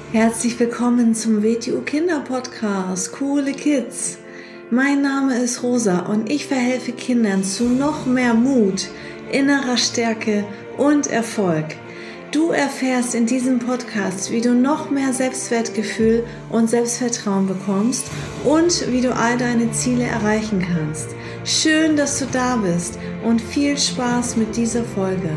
Herzlich willkommen zum WTU Kinderpodcast Coole Kids. Mein Name ist Rosa und ich verhelfe Kindern zu noch mehr Mut, innerer Stärke und Erfolg. Du erfährst in diesem Podcast, wie du noch mehr Selbstwertgefühl und Selbstvertrauen bekommst und wie du all deine Ziele erreichen kannst. Schön, dass du da bist und viel Spaß mit dieser Folge.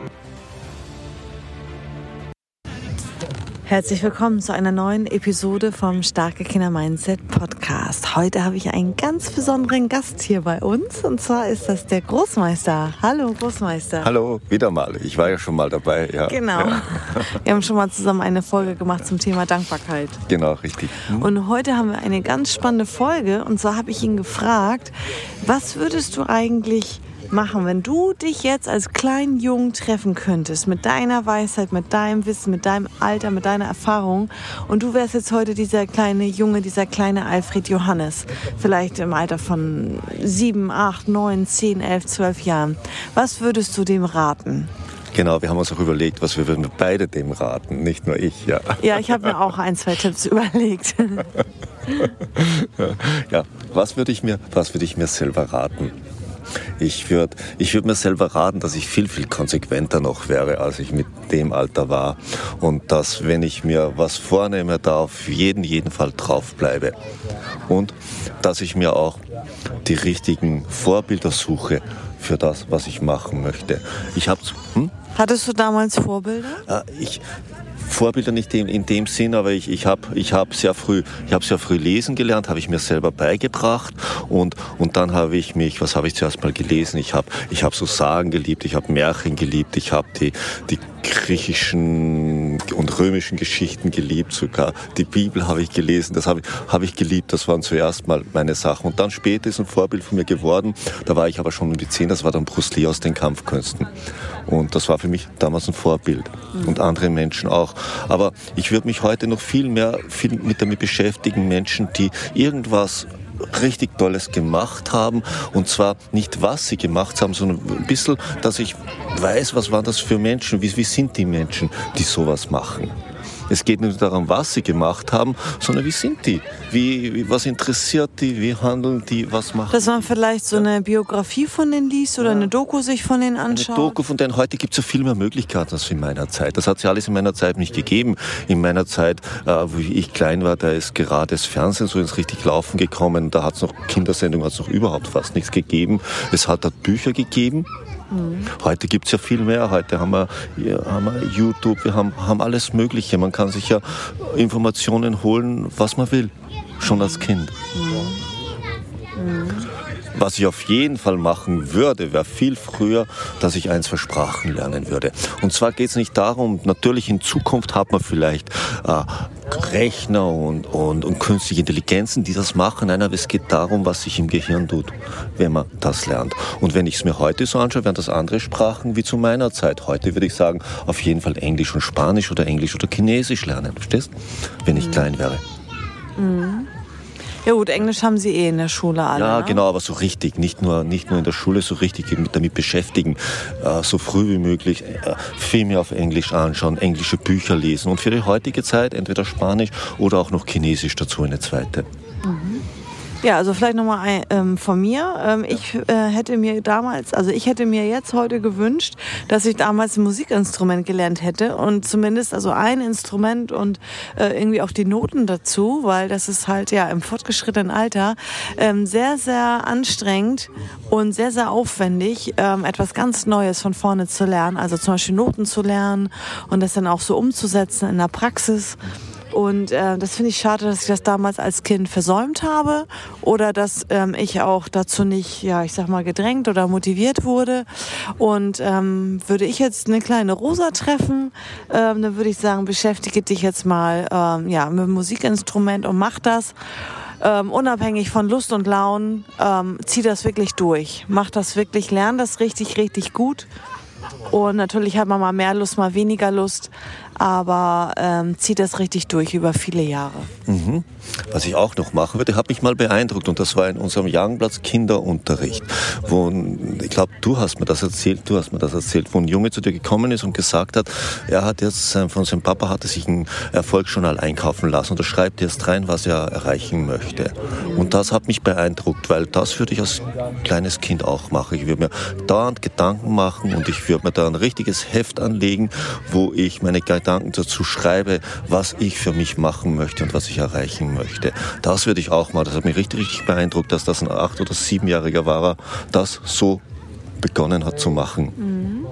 Herzlich willkommen zu einer neuen Episode vom Starke Kinder Mindset Podcast. Heute habe ich einen ganz besonderen Gast hier bei uns und zwar ist das der Großmeister. Hallo Großmeister. Hallo, wieder mal. Ich war ja schon mal dabei. Ja. Genau. Ja. Wir haben schon mal zusammen eine Folge gemacht zum Thema Dankbarkeit. Genau, richtig. Und heute haben wir eine ganz spannende Folge und zwar habe ich ihn gefragt, was würdest du eigentlich machen, wenn du dich jetzt als kleinen Jungen treffen könntest, mit deiner Weisheit, mit deinem Wissen, mit deinem Alter, mit deiner Erfahrung und du wärst jetzt heute dieser kleine Junge, dieser kleine Alfred Johannes, vielleicht im Alter von 7, 8, 9, 10, 11, 12 Jahren. Was würdest du dem raten? Genau, wir haben uns auch überlegt, was wir würden beide dem raten, nicht nur ich. Ja, ja, ich habe mir auch 1, 2 Tipps überlegt. Ja, was würde ich mir selber raten? Ich würde mir selber raten, dass ich viel, viel konsequenter noch wäre, als ich mit dem Alter war. Und dass, wenn ich mir was vornehme, da auf jeden Fall drauf bleibe. Und dass ich mir auch die richtigen Vorbilder suche für das, was ich machen möchte. Hattest du damals Vorbilder? Vorbilder nicht in dem Sinn, aber ich habe sehr früh lesen gelernt, habe ich mir selber beigebracht und dann habe ich mich, was habe ich zuerst mal gelesen? Ich habe so Sagen geliebt, ich habe Märchen geliebt, ich habe die griechischen und römischen Geschichten geliebt, sogar die Bibel habe ich gelesen, das habe ich geliebt, das waren zuerst mal meine Sachen und dann später ist ein Vorbild von mir geworden, da war ich aber schon um die 10, das war dann Bruce Lee aus den Kampfkünsten und das war für mich damals ein Vorbild und andere Menschen auch, aber ich würde mich heute noch viel damit beschäftigen, Menschen, die irgendwas richtig Tolles gemacht haben und zwar nicht, was sie gemacht haben, sondern ein bisschen, dass ich weiß, was waren das für Menschen, wie sind die Menschen, die sowas machen. Es geht nicht darum, was sie gemacht haben, sondern wie sind die? Was interessiert die? Wie handeln die? Was machen die? Dass man vielleicht so eine Biografie von denen liest oder eine Doku sich von denen anschaut? Eine Doku von denen. Heute gibt es ja viel mehr Möglichkeiten als in meiner Zeit. Das hat es ja alles in meiner Zeit nicht gegeben. In meiner Zeit, wo ich klein war, da ist gerade das Fernsehen so ins richtig Laufen gekommen. Da hat es noch Kindersendungen, hat es noch überhaupt fast nichts gegeben. Es hat dort Bücher gegeben. Heute gibt es ja viel mehr. Heute haben wir YouTube, wir haben alles Mögliche. Man kann sich ja Informationen holen, was man will, schon als Kind. Was ich auf jeden Fall machen würde, wäre viel früher, dass ich 1, 2 Sprachen lernen würde. Und zwar geht es nicht darum, natürlich in Zukunft hat man vielleicht Rechner und künstliche Intelligenzen, die das machen. Nein, aber es geht darum, was sich im Gehirn tut, wenn man das lernt. Und wenn ich es mir heute so anschaue, wären das andere Sprachen wie zu meiner Zeit. Heute würde ich sagen, auf jeden Fall Englisch und Spanisch oder Englisch oder Chinesisch lernen, verstehst? Wenn ich klein wäre. Ja gut, Englisch haben sie in der Schule alle. Ja, ne? Genau, aber so richtig, nicht nur in der Schule, so richtig damit beschäftigen, so früh wie möglich Filme auf Englisch anschauen, englische Bücher lesen und für die heutige Zeit entweder Spanisch oder auch noch Chinesisch dazu eine zweite. Ja, also vielleicht nochmal von mir. Ich hätte mir jetzt heute gewünscht, dass ich damals ein Musikinstrument gelernt hätte und zumindest also ein Instrument und irgendwie auch die Noten dazu, weil das ist halt ja im fortgeschrittenen Alter sehr, sehr anstrengend und sehr, sehr aufwendig, etwas ganz Neues von vorne zu lernen, also zum Beispiel Noten zu lernen und das dann auch so umzusetzen in der Praxis. Und das finde ich schade, dass ich das damals als Kind versäumt habe oder dass ich auch dazu nicht, ja, ich sag mal, gedrängt oder motiviert wurde. Und würde ich jetzt eine kleine Rosa treffen, dann würde ich sagen, beschäftige dich jetzt mal mit dem Musikinstrument und mach das. Unabhängig von Lust und Launen, zieh das wirklich durch. Mach das wirklich, lern das richtig, richtig gut. Und natürlich hat man mal mehr Lust, mal weniger Lust. aber zieh das richtig durch über viele Jahre. Mhm. Was ich auch noch machen würde, hat mich mal beeindruckt, und das war in unserem Jagenplatz Kinderunterricht, wo, ich glaube, du hast mir das erzählt, wo ein Junge zu dir gekommen ist und gesagt hat, er hat jetzt von seinem Papa hatte sich ein Erfolgsjournal einkaufen lassen und da schreibt jetzt rein, was er erreichen möchte. Und das hat mich beeindruckt, weil das würde ich als kleines Kind auch machen. Ich würde mir dauernd Gedanken machen und ich würde mir da ein richtiges Heft anlegen, wo ich meine Gedanken dazu schreibe, was ich für mich machen möchte und was ich erreichen möchte. Das würde ich auch mal, das hat mich richtig beeindruckt, dass das ein 8- oder 7-Jähriger war, das so begonnen hat zu machen. Mhm.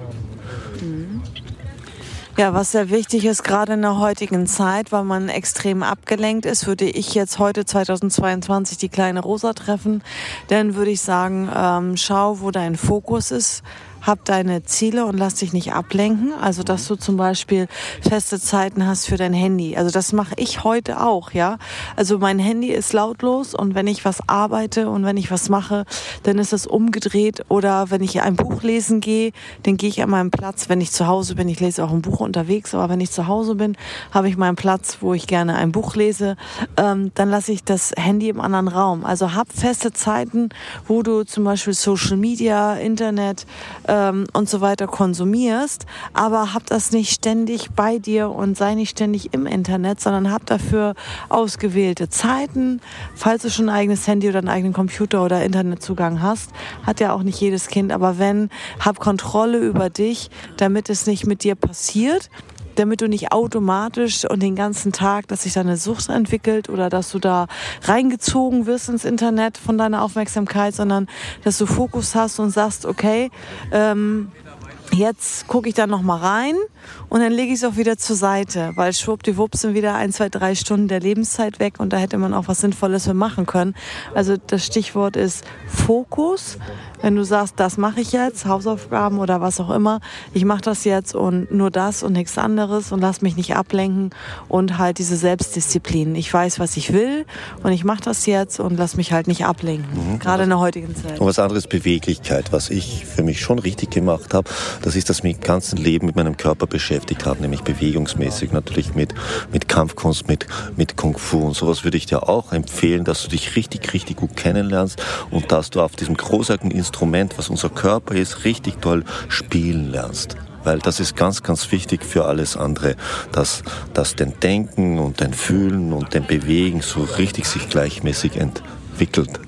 Ja, was sehr wichtig ist, gerade in der heutigen Zeit, weil man extrem abgelenkt ist, würde ich jetzt heute 2022 die kleine Rosa treffen. Dann würde ich sagen, schau, wo dein Fokus ist. Hab deine Ziele und lass dich nicht ablenken. Also, dass du zum Beispiel feste Zeiten hast für dein Handy. Also, das mache ich heute auch, ja. Also, mein Handy ist lautlos und wenn ich was arbeite und wenn ich was mache, dann ist es umgedreht. Oder wenn ich ein Buch lesen gehe, dann gehe ich an meinen Platz. Wenn ich zu Hause bin, ich lese auch ein Buch unterwegs, aber wenn ich zu Hause bin, habe ich meinen Platz, wo ich gerne ein Buch lese. Dann lasse ich das Handy im anderen Raum. Also, hab feste Zeiten, wo du zum Beispiel Social Media, Internet, und so weiter konsumierst, aber hab das nicht ständig bei dir und sei nicht ständig im Internet, sondern hab dafür ausgewählte Zeiten. Falls du schon ein eigenes Handy oder einen eigenen Computer oder Internetzugang hast, hat ja auch nicht jedes Kind, aber hab Kontrolle über dich, damit es nicht mit dir passiert, damit du nicht automatisch und den ganzen Tag, dass sich da eine Sucht entwickelt oder dass du da reingezogen wirst ins Internet von deiner Aufmerksamkeit, sondern dass du Fokus hast und sagst, okay, jetzt gucke ich da noch mal rein und dann lege ich es auch wieder zur Seite, weil schwuppdiwupps sind wieder 1, 2, 3 Stunden der Lebenszeit weg und da hätte man auch was Sinnvolles für machen können. Also das Stichwort ist Fokus. Wenn du sagst, das mache ich jetzt, Hausaufgaben oder was auch immer, ich mache das jetzt und nur das und nichts anderes und lass mich nicht ablenken und halt diese Selbstdisziplin. Ich weiß, was ich will und ich mache das jetzt und lass mich halt nicht ablenken, gerade in der heutigen Zeit. Und was anderes Beweglichkeit, was ich für mich schon richtig gemacht habe, das ist, dass ich mich im ganzen Leben mit meinem Körper beschäftigt habe, nämlich bewegungsmäßig, natürlich mit Kampfkunst, mit Kung Fu und sowas würde ich dir auch empfehlen, dass du dich richtig, richtig gut kennenlernst und dass du auf diesem großartigen Instrument, was unser Körper ist, richtig toll spielen lernst. Weil das ist ganz, ganz wichtig für alles andere, dass dein Denken und dein Fühlen und dein Bewegen so richtig sich gleichmäßig entwickelt.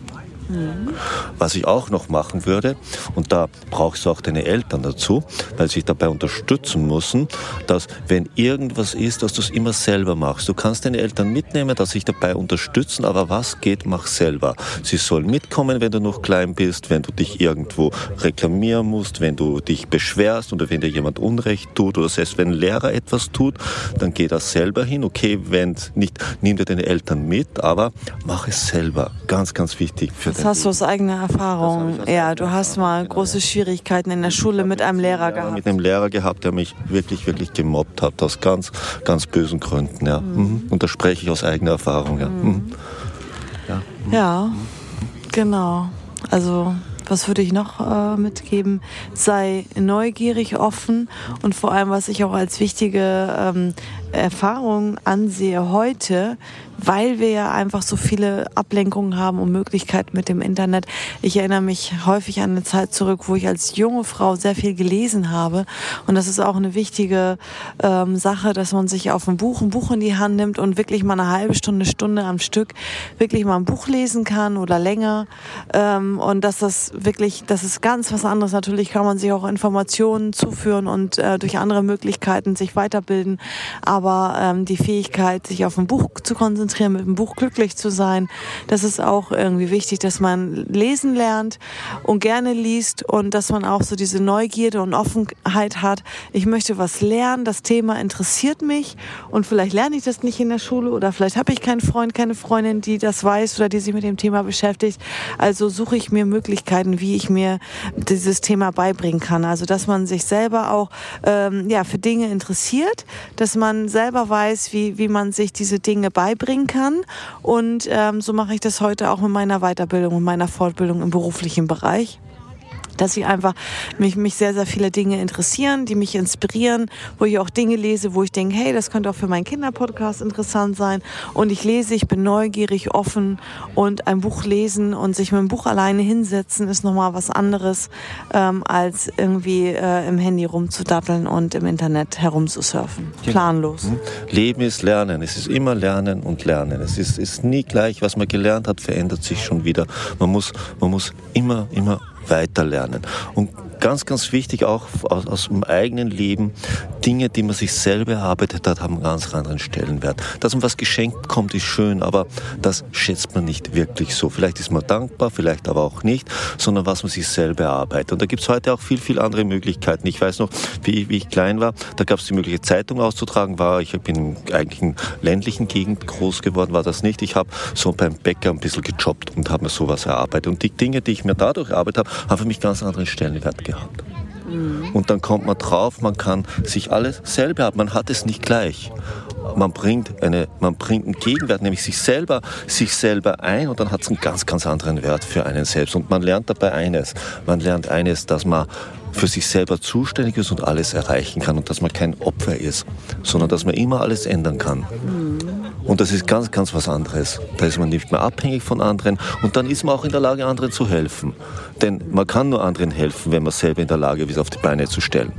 Was ich auch noch machen würde, und da brauchst du auch deine Eltern dazu, weil sie dich dabei unterstützen müssen, dass wenn irgendwas ist, dass du es immer selber machst. Du kannst deine Eltern mitnehmen, dass sie dich dabei unterstützen, aber was geht, mach selber. Sie sollen mitkommen, wenn du noch klein bist, wenn du dich irgendwo reklamieren musst, wenn du dich beschwerst oder wenn dir jemand Unrecht tut oder selbst wenn ein Lehrer etwas tut, dann geh das selber hin. Okay, wenn nicht, nimm dir deine Eltern mit, aber mach es selber. Ganz, ganz wichtig für Das hast du aus eigener Erfahrung. Ja, du hast mal große Schwierigkeiten in der Schule mit einem Lehrer gehabt. Mit einem Lehrer gehabt, der mich wirklich, wirklich gemobbt hat, aus ganz, ganz bösen Gründen. Ja. Und da spreche ich aus eigener Erfahrung. Ja, ja, genau. Also was würde ich noch mitgeben? Sei neugierig, offen und vor allem, was ich auch als wichtige Erfahrung ansehe heute, weil wir ja einfach so viele Ablenkungen haben und Möglichkeiten mit dem Internet. Ich erinnere mich häufig an eine Zeit zurück, wo ich als junge Frau sehr viel gelesen habe. Und das ist auch eine wichtige Sache, dass man sich auf ein Buch in die Hand nimmt und wirklich mal eine halbe Stunde am Stück wirklich mal ein Buch lesen kann oder länger. Und das ist ganz was anderes. Natürlich kann man sich auch Informationen zuführen und durch andere Möglichkeiten sich weiterbilden. Aber die Fähigkeit, sich auf ein Buch zu konzentrieren, mit dem Buch glücklich zu sein, das ist auch irgendwie wichtig, dass man lesen lernt und gerne liest und dass man auch so diese Neugierde und Offenheit hat. Ich möchte was lernen, das Thema interessiert mich und vielleicht lerne ich das nicht in der Schule oder vielleicht habe ich keinen Freund, keine Freundin, die das weiß oder die sich mit dem Thema beschäftigt. Also suche ich mir Möglichkeiten, wie ich mir dieses Thema beibringen kann. Also dass man sich selber auch für Dinge interessiert, dass man selber weiß, wie man sich diese Dinge beibringen kann. Und so mache ich das heute auch mit meiner Weiterbildung und meiner Fortbildung im beruflichen Bereich. dass ich einfach mich sehr, sehr viele Dinge interessieren, die mich inspirieren, wo ich auch Dinge lese, wo ich denke, hey, das könnte auch für meinen Kinderpodcast interessant sein. Und ich lese, ich bin neugierig, offen, und ein Buch lesen und sich mit dem Buch alleine hinsetzen ist nochmal was anderes, als irgendwie im Handy rumzudatteln und im Internet herumzusurfen. Genau. Planlos. Leben ist Lernen. Es ist immer Lernen und Lernen. Es ist nie gleich, was man gelernt hat, verändert sich schon wieder. Man muss immer weiter lernen. Und ganz, ganz wichtig auch aus dem eigenen Leben, Dinge, die man sich selber erarbeitet hat, haben einen ganz anderen Stellenwert. Dass man was geschenkt bekommt, ist schön, aber das schätzt man nicht wirklich so. Vielleicht ist man dankbar, vielleicht aber auch nicht, sondern was man sich selber erarbeitet. Und da gibt es heute auch viel andere Möglichkeiten. Ich weiß noch, wie ich klein war, da gab es die Möglichkeit, Zeitung auszutragen. Ich bin eigentlich in ländlichen Gegend groß geworden, war das nicht. Ich habe so beim Bäcker ein bisschen gejobbt und habe mir sowas erarbeitet. Und die Dinge, die ich mir dadurch erarbeitet habe, haben für mich ganz anderen Stellenwert gehabt. Und dann kommt man drauf, man kann sich alles selber haben, man hat es nicht gleich. Man bringt einen Gegenwert, nämlich sich selber ein, und dann hat es einen ganz, ganz anderen Wert für einen selbst. Und man lernt dabei eines, dass man für sich selber zuständig ist und alles erreichen kann und dass man kein Opfer ist, sondern dass man immer alles ändern kann. Und das ist ganz, ganz was anderes. Da ist man nicht mehr abhängig von anderen und dann ist man auch in der Lage, anderen zu helfen. Denn man kann nur anderen helfen, wenn man selber in der Lage ist, auf die Beine zu stellen.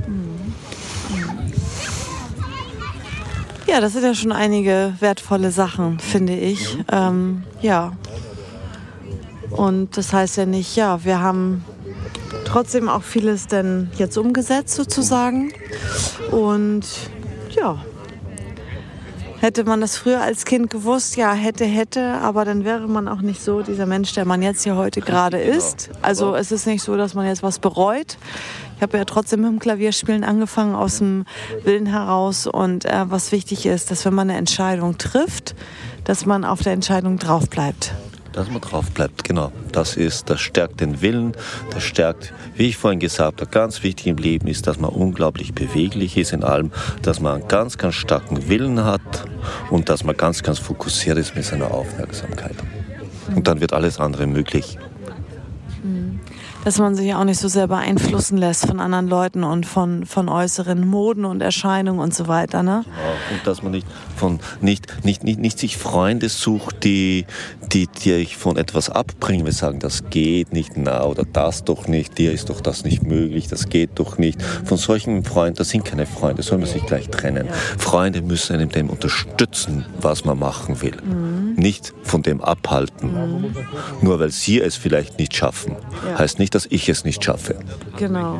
Ja, das sind ja schon einige wertvolle Sachen, finde ich. Ja. Und das heißt ja nicht, wir haben trotzdem auch vieles denn jetzt umgesetzt sozusagen. Und ja, hätte man das früher als Kind gewusst, hätte, aber dann wäre man auch nicht so dieser Mensch, der man jetzt hier heute gerade ist. Also es ist nicht so, dass man jetzt was bereut. Ich habe ja trotzdem mit dem Klavierspielen angefangen aus dem Willen heraus, und was wichtig ist, dass wenn man eine Entscheidung trifft, dass man auf der Entscheidung drauf bleibt. Dass man drauf bleibt, genau. Das stärkt den Willen, das stärkt, wie ich vorhin gesagt habe, ganz wichtig im Leben ist, dass man unglaublich beweglich ist in allem, dass man einen ganz, ganz starken Willen hat und dass man ganz, ganz fokussiert ist mit seiner Aufmerksamkeit. Und dann wird alles andere möglich. Dass man sich auch nicht so sehr beeinflussen lässt von anderen Leuten und von äußeren Moden und Erscheinungen und so weiter, ne? Ja, und dass man nicht sich Freunde sucht, die dich von etwas abbringen. Wir sagen, das geht nicht, oder das doch nicht, dir ist doch das nicht möglich, das geht doch nicht. Von solchen Freunden, das sind keine Freunde, soll man sich gleich trennen. Ja. Freunde müssen einem dem unterstützen, was man machen will. Nicht von dem abhalten. Nur weil sie es vielleicht nicht schaffen, heißt nicht, dass ich es nicht schaffe. Genau.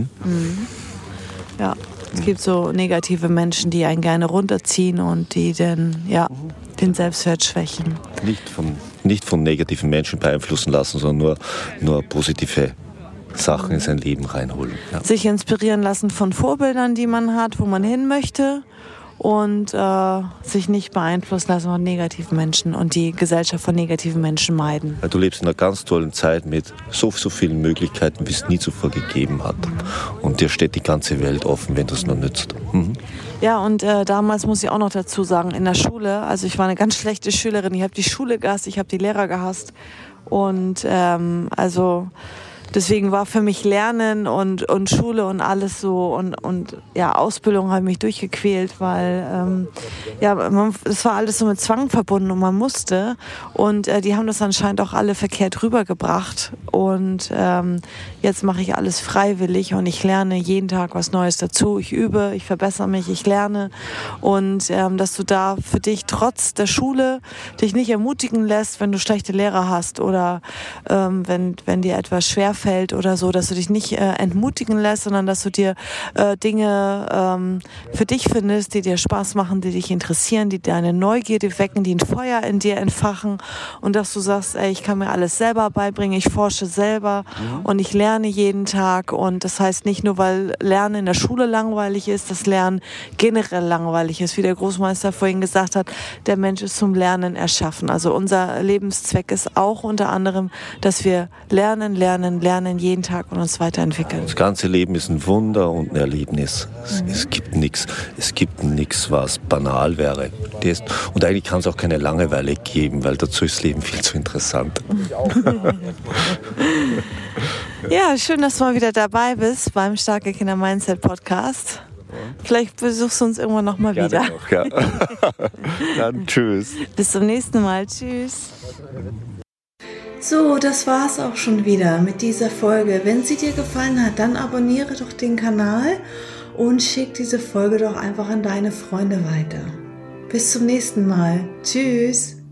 Ja, es gibt so negative Menschen, die einen gerne runterziehen und die dann, den Selbstwert schwächen. Nicht von negativen Menschen beeinflussen lassen, sondern nur positive Sachen in sein Leben reinholen. Ja. Sich inspirieren lassen von Vorbildern, die man hat, wo man hin möchte. Und sich nicht beeinflussen lassen von negativen Menschen und die Gesellschaft von negativen Menschen meiden. Du lebst in einer ganz tollen Zeit mit so vielen Möglichkeiten, wie es nie zuvor gegeben hat. Und dir steht die ganze Welt offen, wenn du es nur nützt. Ja, und damals muss ich auch noch dazu sagen, in der Schule, also ich war eine ganz schlechte Schülerin, ich habe die Schule gehasst, ich habe die Lehrer gehasst. Und deswegen war für mich Lernen und Schule und alles so und Ausbildung habe mich durchgequält, weil es war alles so mit Zwang verbunden und man musste, und die haben das anscheinend auch alle verkehrt rübergebracht, und jetzt mache ich alles freiwillig und ich lerne jeden Tag was Neues dazu, ich übe, ich verbessere mich, ich lerne, und dass du da für dich trotz der Schule dich nicht ermutigen lässt, wenn du schlechte Lehrer hast oder wenn dir etwas schwerfällt oder so, dass du dich nicht entmutigen lässt, sondern dass du dir Dinge für dich findest, die dir Spaß machen, die dich interessieren, die deine Neugierde wecken, die ein Feuer in dir entfachen, und dass du sagst, ich kann mir alles selber beibringen, ich forsche selber und ich lerne jeden Tag, und das heißt nicht nur, weil Lernen in der Schule langweilig ist, dass Lernen generell langweilig ist, wie der Großmeister vorhin gesagt hat, der Mensch ist zum Lernen erschaffen. Also unser Lebenszweck ist auch unter anderem, dass wir lernen jeden Tag und uns weiterentwickeln. Das ganze Leben ist ein Wunder und ein Erlebnis. Es gibt nichts, was banal wäre. Und eigentlich kann es auch keine Langeweile geben, weil dazu ist das Leben viel zu interessant. Ja, schön, dass du mal wieder dabei bist beim Starke Kinder Mindset Podcast. Vielleicht besuchst du uns irgendwann nochmal wieder. Noch, ja. Dann tschüss. Bis zum nächsten Mal. Tschüss. So, das war's auch schon wieder mit dieser Folge. Wenn sie dir gefallen hat, dann abonniere doch den Kanal und schick diese Folge doch einfach an deine Freunde weiter. Bis zum nächsten Mal. Tschüss.